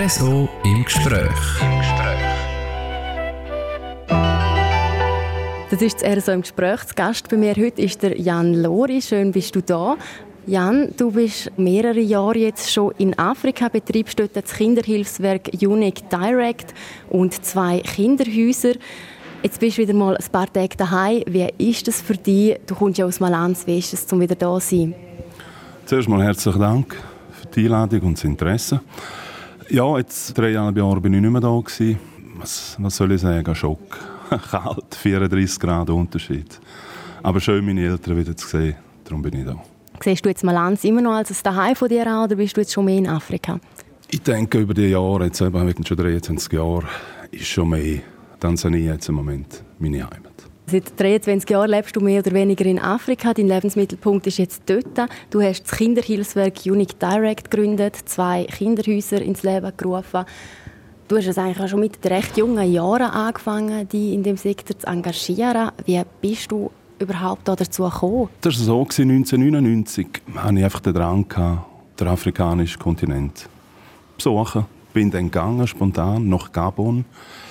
RSO im Gespräch. Das ist das RSO im Gespräch. Zu Gast bei mir heute ist der Jan Lori. Schön bist du da. Jan, du bist mehrere Jahre jetzt schon in Afrika, betreibst dort das Kinderhilfswerk Unique Direct und 2 Kinderhäuser. Jetzt bist du wieder mal ein paar Tage daheim. Wie ist das für dich? Du kommst ja aus Malanz. Wie ist es, um wieder da zu sein? Zuerst mal herzlichen Dank für die Einladung und das Interesse. Ja, jetzt 3,5 Jahre bin ich nicht mehr da gewesen. Was soll ich sagen? Schock. Kalt, 34 Grad Unterschied. Aber schön, meine Eltern wieder zu sehen. Darum bin ich da. Siehst du jetzt Malanz immer noch als ein Daheim von dir an, oder bist du jetzt schon mehr in Afrika? Ich denke, über die Jahre, jetzt eben schon 23 Jahre, ist schon mehr Tansania jetzt im Moment meine Heimat. Seit 23 Jahren lebst du mehr oder weniger in Afrika. Dein Lebensmittelpunkt ist jetzt dort. Du hast das Kinderhilfswerk Unique Direct gegründet, 2 Kinderhäuser ins Leben gerufen. Du hast es eigentlich auch schon mit recht jungen Jahren angefangen, dich in dem Sektor zu engagieren. Wie bist du überhaupt dazu gekommen? Das war so, 1999 hatte ich einfach den Drang, den afrikanischen Kontinent zu besuchen. Bin dann gegangen, spontan, nach Gabon.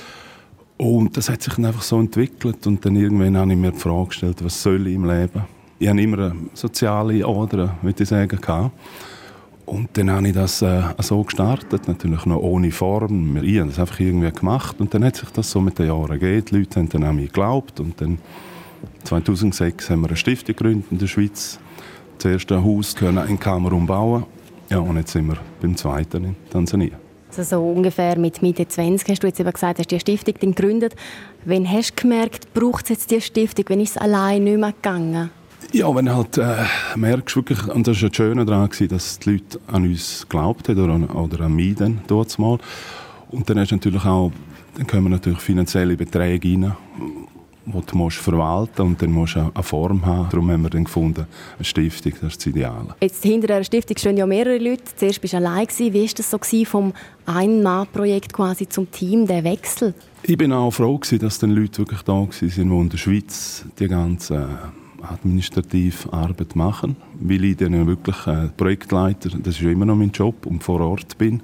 Und das hat sich dann einfach so entwickelt. Und dann irgendwann habe ich mir die Frage gestellt, was soll ich im Leben? Ich hatte immer eine soziale Ader, würde ich sagen, gehabt. Und dann habe ich das so gestartet, natürlich noch ohne Form. Ich habe das einfach irgendwie gemacht. Und dann hat sich das so mit den Jahren gegeben. Die Leute haben dann an mich geglaubt. Und dann 2006 haben wir eine Stiftung gegründet in der Schweiz. Das erste Haus können in Kamerun bauen. Ja, und jetzt sind wir beim zweiten in Tansania. Also so ungefähr mit Mitte 20 hast du jetzt eben gesagt, hast die Stiftung gegründet. Wann hast du gemerkt, braucht es jetzt diese Stiftung? Wann ist es allein nicht mehr gegangen? Ja, wenn du halt merkst, wirklich, und das war das Schöne daran, dass die Leute an uns geglaubt haben oder an mich dann dort mal. Und dann hast du natürlich auch, dann kommen natürlich finanzielle Beträge rein, die du musst verwalten und dann musst du eine Form haben. Darum haben wir dann gefunden, eine Stiftung, das ist das Ideale. Jetzt hinter dieser Stiftung stehen ja mehrere Leute. Zuerst warst du allein. Wie war das so vom Ein-Mann-Projekt quasi zum Team, der Wechsel? Ich bin auch froh, dass dann Leute wirklich da waren, die in der Schweiz die ganze administrative Arbeit machen, weil ich dann wirklich Projektleiter, das ist ja immer noch mein Job, und vor Ort bin.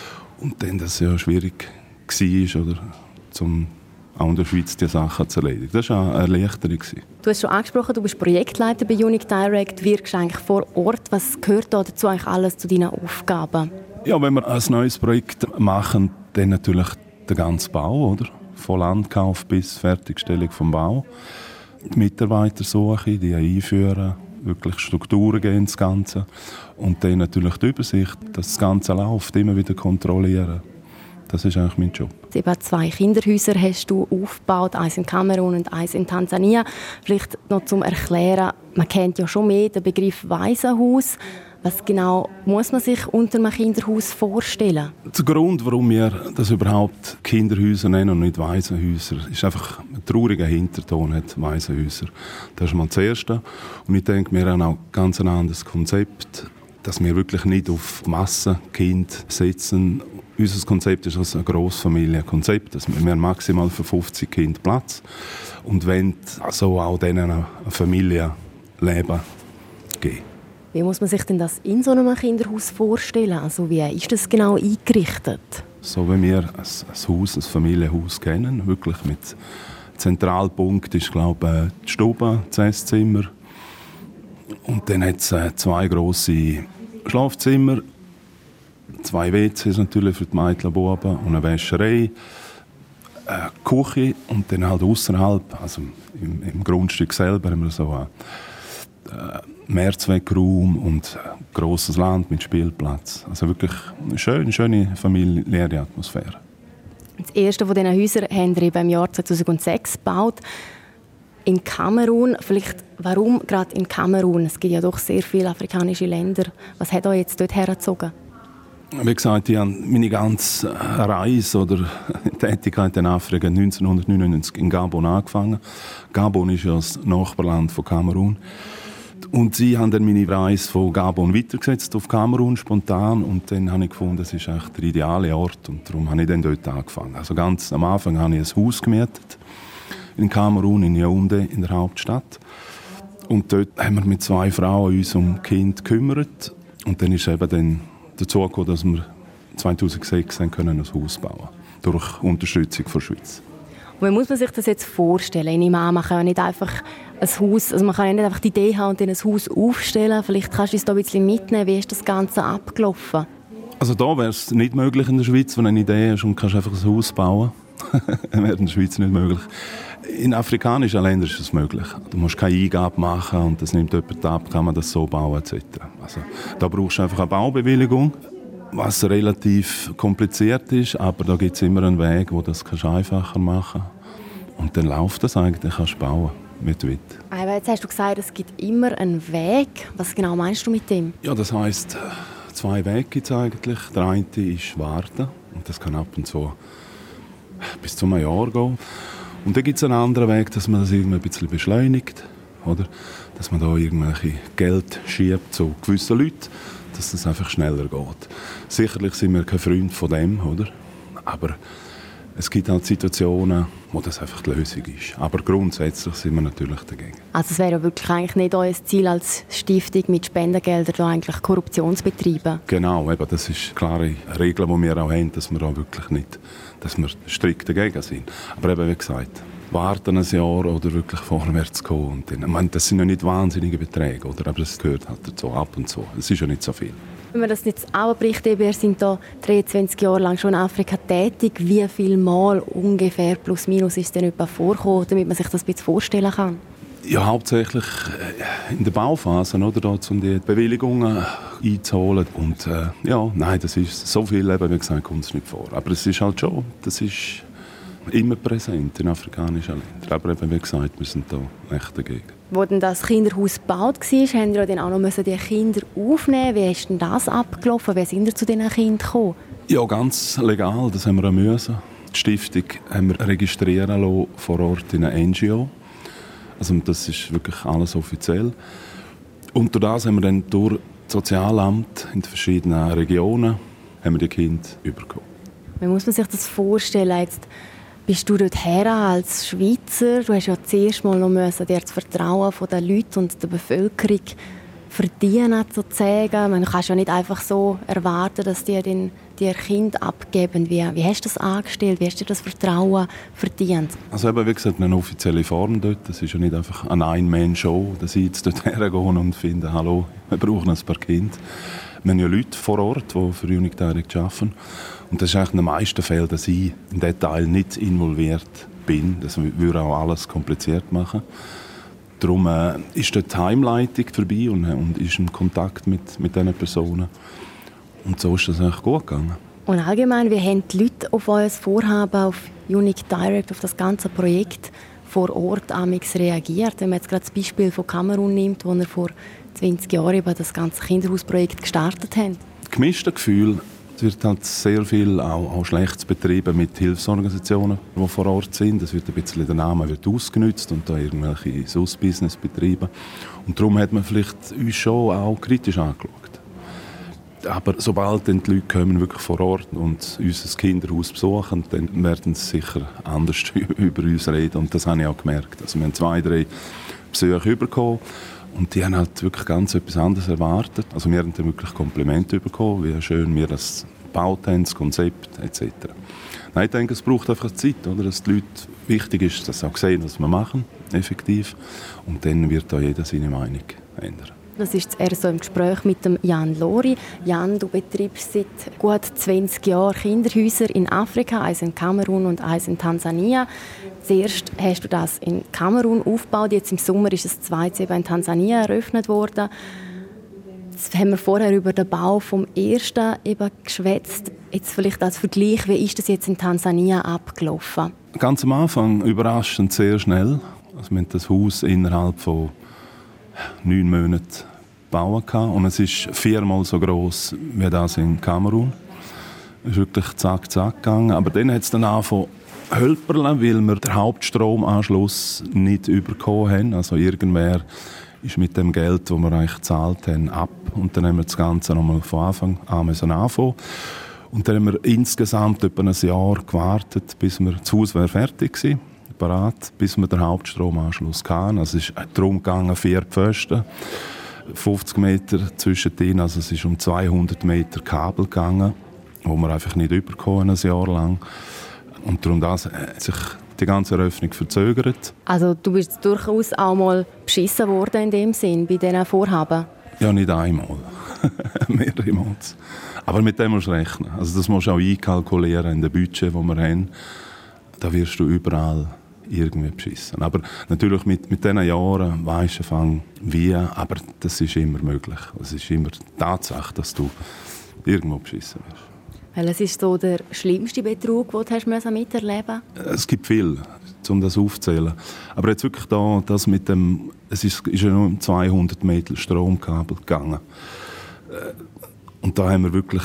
Und dann das ja schwierig war, oder, zum auch in der Schweiz die Sachen zu erledigen. Das war eine Erleichterung. Du hast schon angesprochen, du bist Projektleiter bei Unique Direct, wirkst eigentlich vor Ort. Was gehört da dazu eigentlich alles zu deinen Aufgaben? Ja, wenn wir ein neues Projekt machen, dann natürlich den ganzen Bau, oder? Von Landkauf bis Fertigstellung vom Bau. Die Mitarbeitersuche, die einführen, wirklich Strukturen geben ins Ganze. Und dann natürlich die Übersicht, dass das Ganze läuft, immer wieder kontrollieren. Das ist eigentlich mein Job. Eben 2 Kinderhäuser hast du aufgebaut, eins in Kamerun und eins in Tansania. Vielleicht noch zum Erklären, man kennt ja schon mehr den Begriff Waisenhaus. Was genau muss man sich unter einem Kinderhaus vorstellen? Der Grund, warum wir das überhaupt Kinderhäuser nennen und nicht Waisenhäuser, ist einfach ein trauriger Hinterton hat Waisenhäuser. Das ist mal das Erste. Und ich denke, wir haben auch ganz ein anderes Konzept, dass wir wirklich nicht auf Massenkind setzen. Unser Konzept ist also ein Grossfamilienkonzept. Wir haben maximal für 50 Kinder Platz und wollen also auch denen eine Familienleben geben. Wie muss man sich denn das in so einem Kinderhaus vorstellen? Also wie ist das genau eingerichtet? So wie wir ein Familienhaus kennen, wirklich mit Zentralpunkt ist, glaube ich, die Stube, das Esszimmer. Und dann hat es 2 grosse Schlafzimmer, 2 WCs natürlich für die Mädchen und Buben und eine Wäscherei, eine Küche und dann halt ausserhalb, also im Grundstück selber, haben wir so einen Mehrzweckraum und ein grosses Land mit Spielplatz. Also wirklich eine schöne familiäre Atmosphäre. Das erste von diesen Häusern haben wir im Jahr 2006 gebaut. In Kamerun, vielleicht warum gerade in Kamerun? Es gibt ja doch sehr viele afrikanische Länder. Was hat euch jetzt dort hergezogen? Wie gesagt, ich habe meine ganze Reise oder Tätigkeit in Afrika 1999 in Gabon angefangen. Gabon ist ja das Nachbarland von Kamerun. Und sie haben dann meine Reise von Gabon weitergesetzt auf Kamerun spontan. Und dann habe ich gefunden, das ist echt der ideale Ort. Und darum habe ich dann dort angefangen. Also ganz am Anfang habe ich ein Haus gemietet in Kamerun, in Yaoundé, in der Hauptstadt. Und dort haben wir mit 2 Frauen uns um Kind gekümmert. Und dann ist eben dann dazu gekommen, dass wir 2006 können ein Haus bauen, durch Unterstützung von der Schweiz. Und wie muss man sich das jetzt vorstellen? Ich nehme an, man kann ja nicht einfach ein Haus, also man kann ja nicht einfach die Idee haben und dann ein Haus aufstellen. Vielleicht kannst du uns da ein bisschen mitnehmen. Wie ist das Ganze abgelaufen? Also da wäre es nicht möglich in der Schweiz, wenn du eine Idee hast und kannst einfach ein Haus bauen. Das wäre in der Schweiz nicht möglich. In afrikanischen Ländern ist es möglich. Du musst keine Eingabe machen und das nimmt jemand ab, kann man das so bauen etc. Also, da brauchst du einfach eine Baubewilligung, was relativ kompliziert ist, aber da gibt es immer einen Weg, wo das kannst einfacher machen kannst. Und dann läuft das eigentlich, kannst du bauen, wie du willst. Aber jetzt hast du gesagt, es gibt immer einen Weg. Was genau meinst du mit dem? Ja, das heisst, 2 Wege gibt es eigentlich. Der eine ist warten und das kann ab und zu bis zu einem Jahr gehen. Und dann gibt es einen anderen Weg, dass man das irgendwie ein bisschen beschleunigt, oder? Dass man da irgendwelche Geld schiebt zu gewissen Leuten, dass das einfach schneller geht. Sicherlich sind wir kein Freund von dem, oder? Aber es gibt halt Situationen, wo das einfach die Lösung ist. Aber grundsätzlich sind wir natürlich dagegen. Also es wäre ja wirklich eigentlich nicht euer Ziel als Stiftung mit Spendengeldern da eigentlich Korruption zu betreiben? Genau, eben, das ist eine klare Regel, die wir auch haben, dass wir auch wirklich nicht, dass wir strikt dagegen sind. Aber eben, wie gesagt, warten ein Jahr oder wirklich vorwärts gehen. Und dann, ich meine, das sind ja nicht wahnsinnige Beträge, oder? Aber das gehört halt dazu, ab und zu. Es ist ja nicht so viel. Wenn man das jetzt auch bricht, ihr sind da 23 Jahre lang schon in Afrika tätig. Wie viel Mal ungefähr plus minus ist denn etwa vorgekommen, damit man sich das ein bisschen vorstellen kann? Ja, hauptsächlich in der Bauphase, oder, da, um die Bewilligungen einzuholen. Und ja, nein, das ist so viel, eben, wie gesagt, kommt es nicht vor. Aber es ist halt schon, das ist immer präsent in afrikanischen Ländern. Aber eben, wie gesagt, wir sind da echt dagegen. Wo denn das Kinderhaus gebaut war, haben wir dann auch noch die Kinder aufnehmen. Wie ist denn das abgelaufen? Wie sind ihr zu diesen Kindern gekommen? Ja, ganz legal, das haben wir auch müssen. Die Stiftung haben wir registrieren lassen vor Ort in einer NGO. Also das ist wirklich alles offiziell. Und durch das haben wir dann durch das Sozialamt in den verschiedenen Regionen haben wir die Kinder bekommen. Wie muss man sich das vorstellen? Jetzt bist du dort her als Schweizer? Du hast ja zuerst mal noch dir das Vertrauen der Leute und der Bevölkerung verdienen, sozusagen. Du kannst ja nicht einfach so erwarten, dass die Kinder abgeben. Wie hast du das angestellt? Wie hast du das Vertrauen verdient? Also eben, wie gesagt, eine offizielle Form dort. Das ist ja nicht einfach eine Ein-Man-Show, dass sie jetzt dort hergehen und finden, hallo, wir brauchen ein paar Kinder. Wir haben ja Leute vor Ort, die für Unique Direct arbeiten. Und das ist eigentlich in den meisten Fällen, dass ich im Detail nicht involviert bin. Das würde auch alles kompliziert machen. Darum ist dort die Heimleitung vorbei und ist in Kontakt mit diesen Personen. Und so ist das eigentlich gut gegangen. Und allgemein, wie haben die Leute auf euer Vorhaben, auf Unique Direct, auf das ganze Projekt vor Ort reagiert? Wenn man jetzt gerade das Beispiel von Kamerun nimmt, wo wir vor 20 Jahren über das ganze Kinderhausprojekt gestartet haben. Gemischte Gefühl. Es wird halt sehr viel auch Schlechtes betrieben mit Hilfsorganisationen, die vor Ort sind. Es wird ein bisschen, der Name wird ausgenutzt und da irgendwelche Sus-Business betrieben. Und darum hat man vielleicht uns schon auch kritisch angeschaut. Aber sobald dann die Leute kommen wirklich vor Ort und unser Kinderhaus besuchen, dann werden sie sicher anders über uns reden. Und das habe ich auch gemerkt. Also wir haben 2, 3 Besuche bekommen. Und die haben halt wirklich ganz etwas anderes erwartet. Also wir haben dann wirklich Komplimente bekommen, wie schön wir das gebaut haben, das Konzept etc. Nein, ich denke, es braucht einfach Zeit, oder? Dass die Leute wichtig ist, dass sie auch sehen, was wir machen, effektiv. Und dann wird auch jeder seine Meinung ändern. Das ist erst so im Gespräch mit dem Jan Lori. Jan, du betreibst seit gut 20 Jahren Kinderhäuser in Afrika, eins in Kamerun und eins in Tansania. Zuerst hast du das in Kamerun aufgebaut, jetzt im Sommer ist das zweite in Tansania eröffnet worden. Jetzt haben wir vorher über den Bau vom ersten eben geschwätzt. Jetzt vielleicht als Vergleich, wie ist das jetzt in Tansania abgelaufen? Ganz am Anfang überraschend sehr schnell. Also wir haben das Haus innerhalb von 9 Monaten bauen kann. Und es ist 4-mal so gross wie das in Kamerun. Es ist wirklich zack, zack gegangen. Aber dann hat es dann angefangen hölperlen, weil wir den Hauptstromanschluss nicht bekommen haben. Also irgendwer ist mit dem Geld, das wir eigentlich gezahlt haben, ab. Und dann haben wir das Ganze nochmal von Anfang an anfangen. Und dann haben wir insgesamt etwa ein Jahr gewartet, bis das Haus fertig war. Parat, bis wir den Hauptstromanschluss hatten. Also es ist darum gegangen, 4 Pfosten, 50 Meter zwischendrin, also es ist um 200 Meter Kabel gegangen. wo wir einfach nicht überkommen, ein Jahr lang. Und darum hat sich die ganze Eröffnung verzögert. Also du bist durchaus auch mal beschissen worden in dem Sinn, bei diesen Vorhaben? Ja, nicht einmal. Mehrere Mal. Aber mit dem musst du rechnen. Also das musst du auch einkalkulieren in dem Budget, das wir haben. Da wirst du überall irgendwie beschissen. Aber natürlich mit diesen Jahren weisst du wie, aber das ist immer möglich. Es ist immer die Tatsache, dass du irgendwo beschissen wirst. Weil es ist so der schlimmste Betrug, den du miterleben musst? Es gibt viel, um das aufzuzählen. Aber jetzt wirklich da, das mit dem, es ist ja nur um 200 Meter Stromkabel gegangen. Und da haben wir wirklich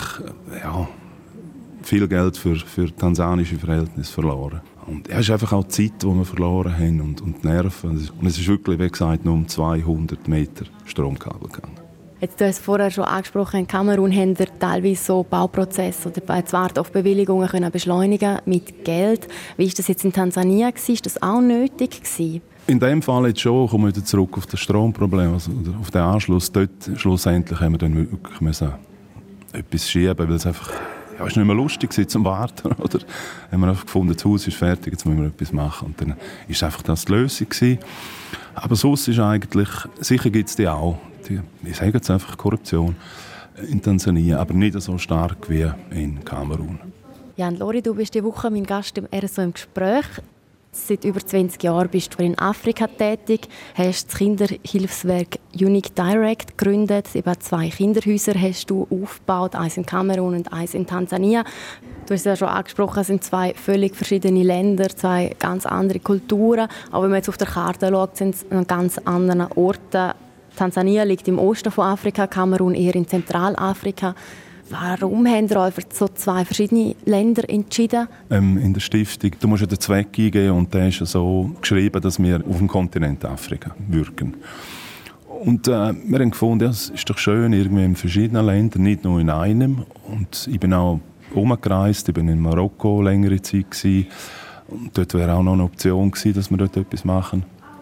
viel Geld für tansanische Verhältnisse verloren. Und es ist einfach auch die Zeit, die wir verloren haben und die Nerven. Und es ist wirklich, wie gesagt, nur um 200 Meter Stromkabel gegangen. Jetzt, du hast vorher schon angesprochen, in Kamerun haben wir teilweise so Bauprozesse oder das Warten auf Bewilligungen können beschleunigen mit Geld. Wie war das jetzt in Tansania? War das auch nötig gewesen? In dem Fall jetzt schon, kommen wir wieder zurück auf das Stromproblem, also auf den Anschluss. Dort schlussendlich haben wir dann wirklich müssen etwas schieben, weil es einfach es war nicht mehr lustig zum Warten. Oder? Haben wir einfach gefunden, das Haus ist fertig, jetzt müssen wir etwas machen. Und dann war es einfach das die Lösung gewesen. Aber sonst ist eigentlich, sicher gibt es die auch, ich sage jetzt einfach Korruption in Tansania, aber nicht so stark wie in Kamerun. Jan Lori, du bist diese Woche mein Gast im RSO im Gespräch. Seit über 20 Jahren bist du in Afrika tätig, hast das Kinderhilfswerk Unique Direct gegründet. Eben 2 Kinderhäuser hast du aufgebaut, eins in Kamerun und eins in Tansania. Du hast es ja schon angesprochen, es sind 2 völlig verschiedene Länder, 2 ganz andere Kulturen. Aber wenn man jetzt auf der Karte schaut, sind es an ganz anderen Orten. Tansania liegt im Osten von Afrika, Kamerun eher in Zentralafrika. Warum haben ihr euch für so 2 verschiedene Länder entschieden? In der Stiftung, du musst ja den Zweck eingeben und der ist ja so geschrieben, dass wir auf dem Kontinent Afrika wirken. Und wir haben gefunden, es ist doch schön, irgendwie in verschiedenen Ländern, nicht nur in einem. Und ich bin auch umgereist, ich bin in Marokko längere Zeit gewesen. Und dort wäre auch noch eine Option gewesen, dass wir dort etwas machen.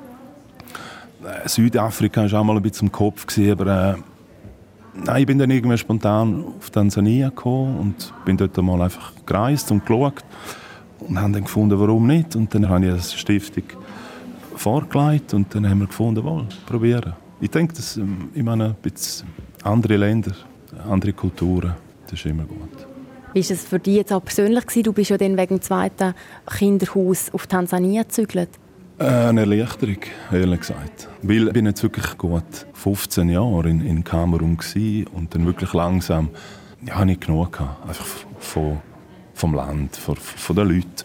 Südafrika war auch mal ein bisschen im Kopf gewesen, aber nein, ich bin dann irgendwie spontan auf Tansania gekommen und bin dort mal einfach gereist und geschaut und habe dann gefunden, warum nicht. Und dann habe ich das Stiftung vorgelegt und dann haben wir gefunden, probieren. Ich denke, dass ich meine, ein bisschen andere Länder, andere Kulturen, das ist immer gut. Wie war es für dich jetzt auch persönlich gewesen? Du bist ja dann wegen dem 2. Kinderhaus auf Tansania gezügelt. Eine Erleichterung, ehrlich gesagt. Weil ich bin jetzt wirklich gut 15 Jahre in Kamerun gewesen und dann wirklich langsam nicht genug gehabt. Einfach vom Land, von den Leuten.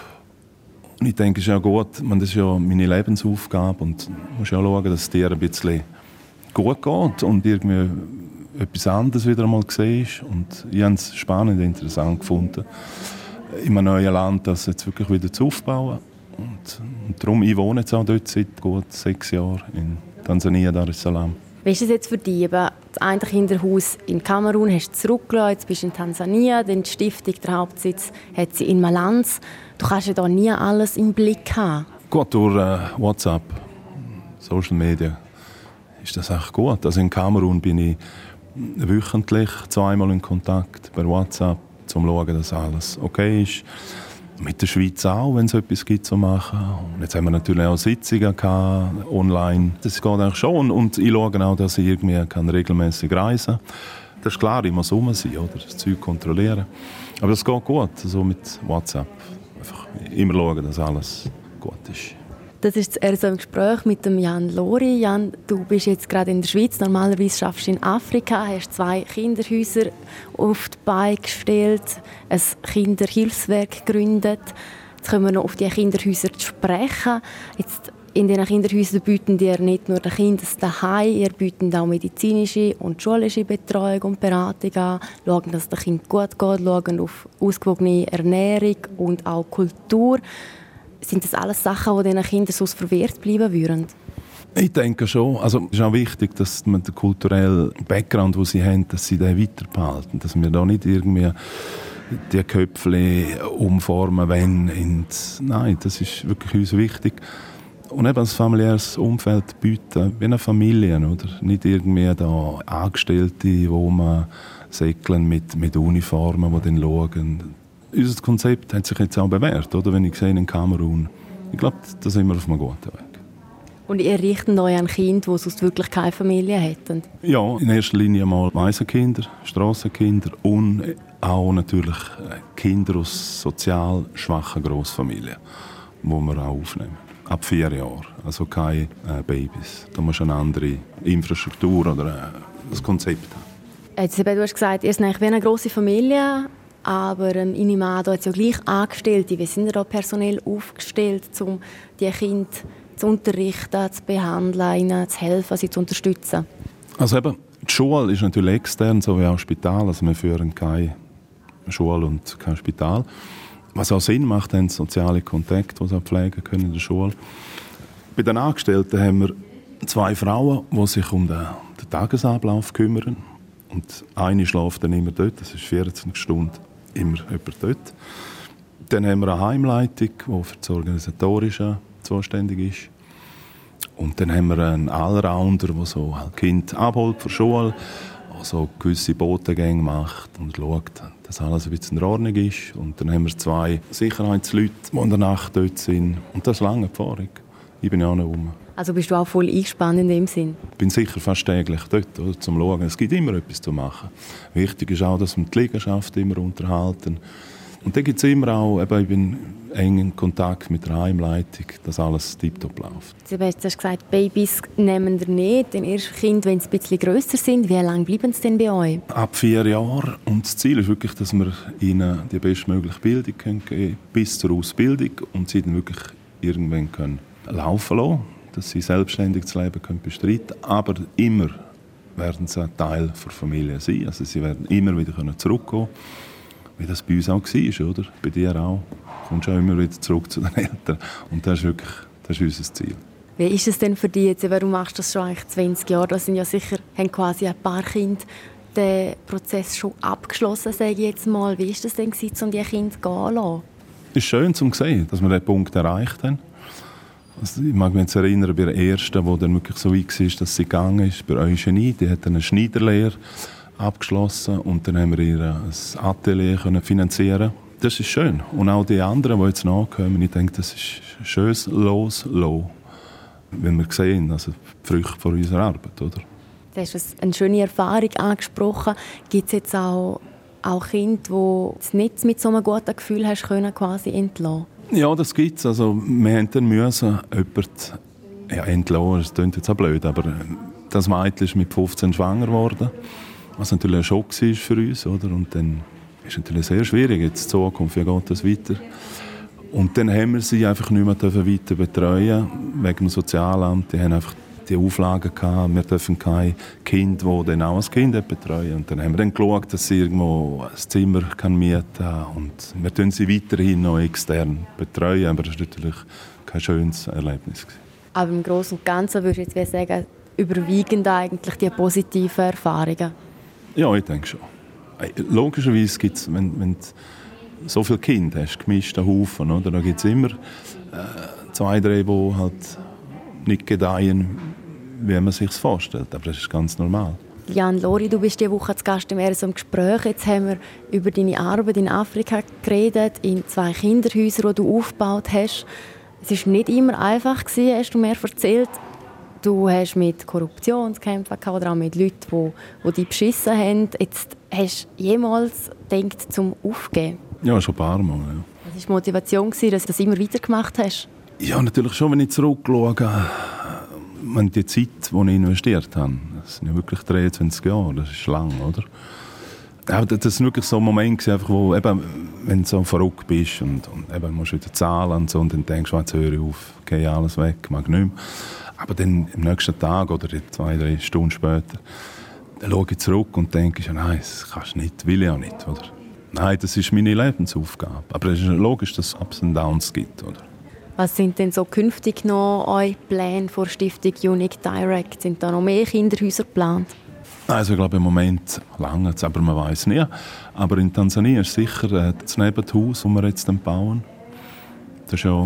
Und ich denke, es ist ja gut, das ist ja meine Lebensaufgabe und ich muss ja schauen, dass es dir ein bisschen gut geht und irgendwie etwas anderes wieder einmal siehst. Und ich habe es spannend und interessant gefunden, in einem neuen Land das jetzt wirklich wieder zu aufbauen. Und darum, ich wohne jetzt auch dort seit gut 6 Jahren in Tansania, Dar es Salaam. Wie ist es jetzt für dich? Das eine Kinderhaus in Kamerun hast du zurückgelassen, jetzt bist du in Tansania, dann die Stiftung, der Hauptsitz, hat sie in Malanz. Du kannst ja da nie alles im Blick haben. Gut, durch WhatsApp, Social Media ist das echt gut. Also in Kamerun bin ich wöchentlich 2-mal in Kontakt per WhatsApp, um zu schauen, dass alles okay ist. Mit der Schweiz auch, wenn es etwas gibt zu machen. Und jetzt haben wir natürlich auch Sitzungen gehabt, online. Das geht eigentlich schon. Und ich schaue auch, dass ich irgendwie regelmäßig reisen kann. Das ist klar, ich muss rum sein, oder? Das Zeug kontrollieren. Aber das geht gut, so mit WhatsApp. Einfach immer schauen, dass alles gut ist. Das ist das RSO im Gespräch mit dem Jan Lori. Jan, du bist jetzt gerade in der Schweiz, normalerweise arbeitest du in Afrika, hast 2 Kinderhäuser auf die Beine gestellt, ein Kinderhilfswerk gegründet. Jetzt kommen wir noch auf die Kinderhäuser zu sprechen. Jetzt in diesen Kinderhäusern bieten ihr nicht nur den Kindern daheim, ihr bietet auch medizinische und schulische Betreuung und Beratung an, schauen, dass es dem Kind gut geht, schauen auf ausgewogene Ernährung und auch Kultur. Sind das alles Sachen, die diesen Kindern sonst verwehrt bleiben würden? Ich denke schon. Also, es ist auch wichtig, dass man den kulturellen Background, den sie haben, dass sie den weiterbehalten. Dass wir da nicht irgendwie die Köpfe umformen wollen. Nein, das ist wirklich uns wichtig. Und eben als familiäres Umfeld bieten, wie eine Familie, oder? Nicht irgendwie da Angestellte, die man säckeln mit Uniformen, die dann schauen. Unser Konzept hat sich jetzt auch bewährt, oder? Wenn ich sehe in Kamerun. Ich glaube, da sind wir auf einem guten Weg. Und ihr richtet euch an Kinder, die sonst wirklich keine Familie hätten? Ja, in erster Linie mal Waisenkinder, Strassenkinder und auch natürlich Kinder aus sozial schwachen Grossfamilien, die wir auch aufnehmen. Ab 4 Jahren, also keine Babys. Da muss eine andere Infrastruktur oder ein Konzept haben. Jetzt, du hast gesagt, ihr seid eigentlich wie eine grosse Familie, aber ich nehme an, da hat es ja gleich Angestellte. Wie sind ihr da personell aufgestellt, um die Kinder zu unterrichten, zu behandeln, ihnen zu helfen, sie zu unterstützen? Also eben, die Schule ist natürlich extern, so wie auch das Spital. Also wir führen keine Schule und kein Spital. Was auch Sinn macht, haben soziale Kontakte, die sie pflegen können in der Schule. Bei den Angestellten haben wir 2 Frauen, die sich um den Tagesablauf kümmern. Und eine schläft dann immer dort, das ist 24 Stunden immer jemand dort. Dann haben wir eine Heimleitung, die für das Organisatorische zuständig ist. Und dann haben wir einen Allrounder, der so Kind abholt von der Schule, der so gewisse Botengänge macht und schaut, dass alles ein bisschen in Ordnung ist. Und dann haben wir 2 Sicherheitsleute, die in der Nacht dort sind. Und das ist lange Erfahrung. Ich bin ja auch noch rum. Also bist du auch voll eingespannt in dem Sinn? Ich bin sicher fast täglich dort, oder, zum Schauen. Es gibt immer etwas zu machen. Wichtig ist auch, dass wir die Liegenschaft immer unterhalten. Und dann gibt es immer auch, ich bin eng in Kontakt mit der Heimleitung, dass alles tiptop läuft. Du hast gesagt, Babys nehmen wir nicht, denn erst Kinder, wenn sie ein bisschen grösser sind. Wie lange bleiben sie denn bei euch? Ab 4 Jahren. Und das Ziel ist wirklich, dass wir ihnen die bestmögliche Bildung geben können, bis zur Ausbildung, und sie dann wirklich irgendwann können laufen lassen, dass sie selbstständig das Leben bestreiten können. Aber immer werden sie ein Teil der Familie sein. Also sie werden immer wieder zurückkommen können. Wie das bei uns auch war, oder? Bei dir auch. Du kommst auch immer wieder zurück zu den Eltern. Und das ist unser Ziel. Wie ist es denn für dich jetzt? Du machst das schon eigentlich 20 Jahre. Das sind ja sicher, haben quasi ein paar Kinder den Prozess schon abgeschlossen, sage ich jetzt mal. Wie war das denn, um die Kinder gehen zu lassen? Es ist schön zu sehen, dass wir diesen Punkt erreicht haben. Also ich mag mich jetzt erinnern, bei der ersten, die dann wirklich so weit war, dass sie gegangen ist, bei Eugenie, die hat eine Schneiderlehre abgeschlossen und dann haben wir ihr ein Atelier finanzieren. Das ist schön. Und auch die anderen, die jetzt nachkommen, ich denke, das ist ein schönes Loslassen, wenn wir sehen, also die Früchte von unserer Arbeit, oder? Du hast eine schöne Erfahrung angesprochen. Gibt es jetzt auch Kinder, die du nicht mit so einem guten Gefühl hast können, quasi entlassen? Ja, das gibt es. Also, wir haben dann jemanden entlassen. Das klingt jetzt auch blöd, aber das Mädchen ist mit 15 schwanger geworden. Was natürlich ein Schock war für uns. Oder? Und dann ist es natürlich sehr schwierig, jetzt in Zukunft, wie geht das weiter? Und dann haben wir sie einfach nicht mehr weiter betreuen wegen dem Sozialamt. Die haben einfach die Auflagen gehabt, wir dürfen kein Kind, das dann auch ein Kind betreuen. Und dann haben wir dann geschaut, dass sie irgendwo ein Zimmer mieten kann. Und wir betreuen sie weiterhin noch extern betreuen, aber das war natürlich kein schönes Erlebnis. Aber im Großen und Ganzen würde ich jetzt sagen, überwiegend eigentlich die positiven Erfahrungen? Ja, ich denke schon. Logischerweise gibt es, wenn du so viele Kinder hast, gemischte Haufen, oder, da gibt es immer 2, 3, die halt nicht gedeihen, wie man sich vorstellt. Aber das ist ganz normal. Jan Lori, du bist diese Woche zu Gast im RSO Gespräch. Jetzt haben wir über deine Arbeit in Afrika geredet, in 2 Kinderhäusern, die du aufgebaut hast. Es war nicht immer einfach, hast du mir erzählt. Du hast mit Korruption zu kämpfen oder auch mit Leuten, die dich beschissen haben. Jetzt hast du jemals gedacht, zum Aufgeben? Ja, schon ein paar Mal. Ja. Was war die Motivation, dass du das immer wieder gemacht hast? Ja, natürlich schon, wenn ich zurückschaue, die Zeit, die ich investiert habe. Das sind ja wirklich 23 Jahre, das ist lang, oder? Aber das war wirklich so ein Moment, wo, eben, wenn du so verrückt bist und eben, musst wieder zahlen und so, und dann denkst du, jetzt höre ich auf, gehe alles weg, mag nicht mehr. Aber dann am nächsten Tag oder 2, 3 Stunden später, dann schaue ich zurück und denke, nein, das kannst du nicht, will ich auch nicht, oder? Nein, das ist meine Lebensaufgabe. Aber es ist logisch, dass es Ups und Downs gibt, oder? Was sind denn so künftig noch eure Pläne vor Stiftung Unique Direct? Sind da noch mehr Kinderhäuser geplant? Also ich glaube im Moment lange, aber man weiß nicht. Aber in Tansania ist sicher das Nebenhaus, das wir jetzt bauen. Das ist ja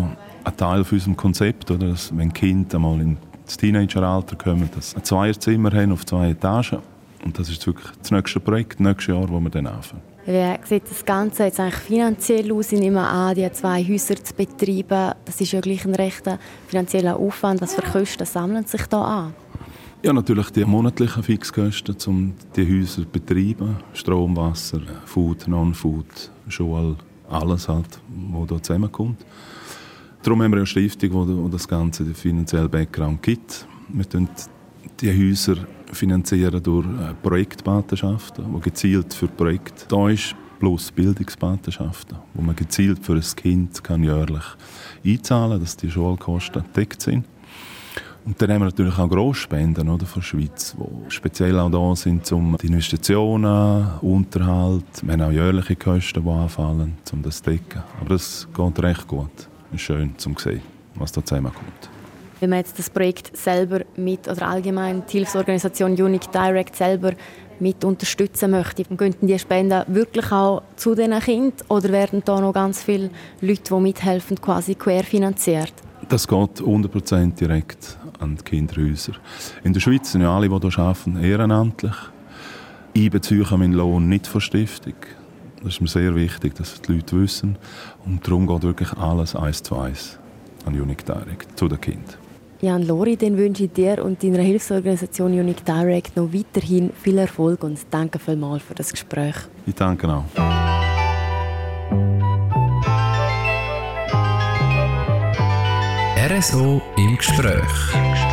ein Teil von unserem Konzept, oder? Dass, wenn Kinder einmal ins Teenageralter kommen, dass sie ein Zweierzimmer haben auf 2 Etagen. Und das ist wirklich das nächste Projekt, das nächste Jahr, wo wir dann anfangen. Wie sieht das Ganze jetzt eigentlich finanziell aus? Ich nehme an, die 2 Häuser zu betreiben, das ist ja gleich ein rechter finanzieller Aufwand. Was für Kosten sammeln sich da an? Ja, natürlich die monatlichen Fixkosten, um die Häuser zu betreiben. Strom, Wasser, Food, Non-Food, Schule, alles halt, was hier zusammenkommt. Darum haben wir eine Stiftung, wo das Ganze den finanziellen Background gibt. Wir finanzieren die Häuser finanzieren durch Projektpatenschaften, die gezielt für Projekte da ist, plus Bildungspatenschaften, wo man gezielt für ein Kind kann jährlich einzahlen kann, dass die Schulkosten gedeckt sind. Und dann haben wir natürlich auch Grossspenden von der Schweiz, die speziell auch da sind, um die Investitionen, Unterhalt, wir haben auch jährliche Kosten, die anfallen, um das zu decken. Aber das geht recht gut. Es ist schön, um zu sehen, was da zusammenkommt. Wenn man jetzt das Projekt selber mit, oder allgemein die Hilfsorganisation Unique Direct selber mit unterstützen möchte, könnten die Spenden wirklich auch zu diesen Kindern oder werden da noch ganz viele Leute, die mithelfen, quasi querfinanziert? Das geht 100% direkt an die Kinderhäuser. In der Schweiz sind ja alle, die hier arbeiten, ehrenamtlich. Ich beziehe meinen Lohn nicht von Stiftung. Das ist mir sehr wichtig, dass die Leute wissen. Und darum geht wirklich alles 1:1 an Unique Direct, zu den Kindern. Jan Lori, dann wünsche ich dir und deiner Hilfsorganisation Unique Direct noch weiterhin viel Erfolg und danke vielmals für das Gespräch. Ich danke auch. RSO im Gespräch.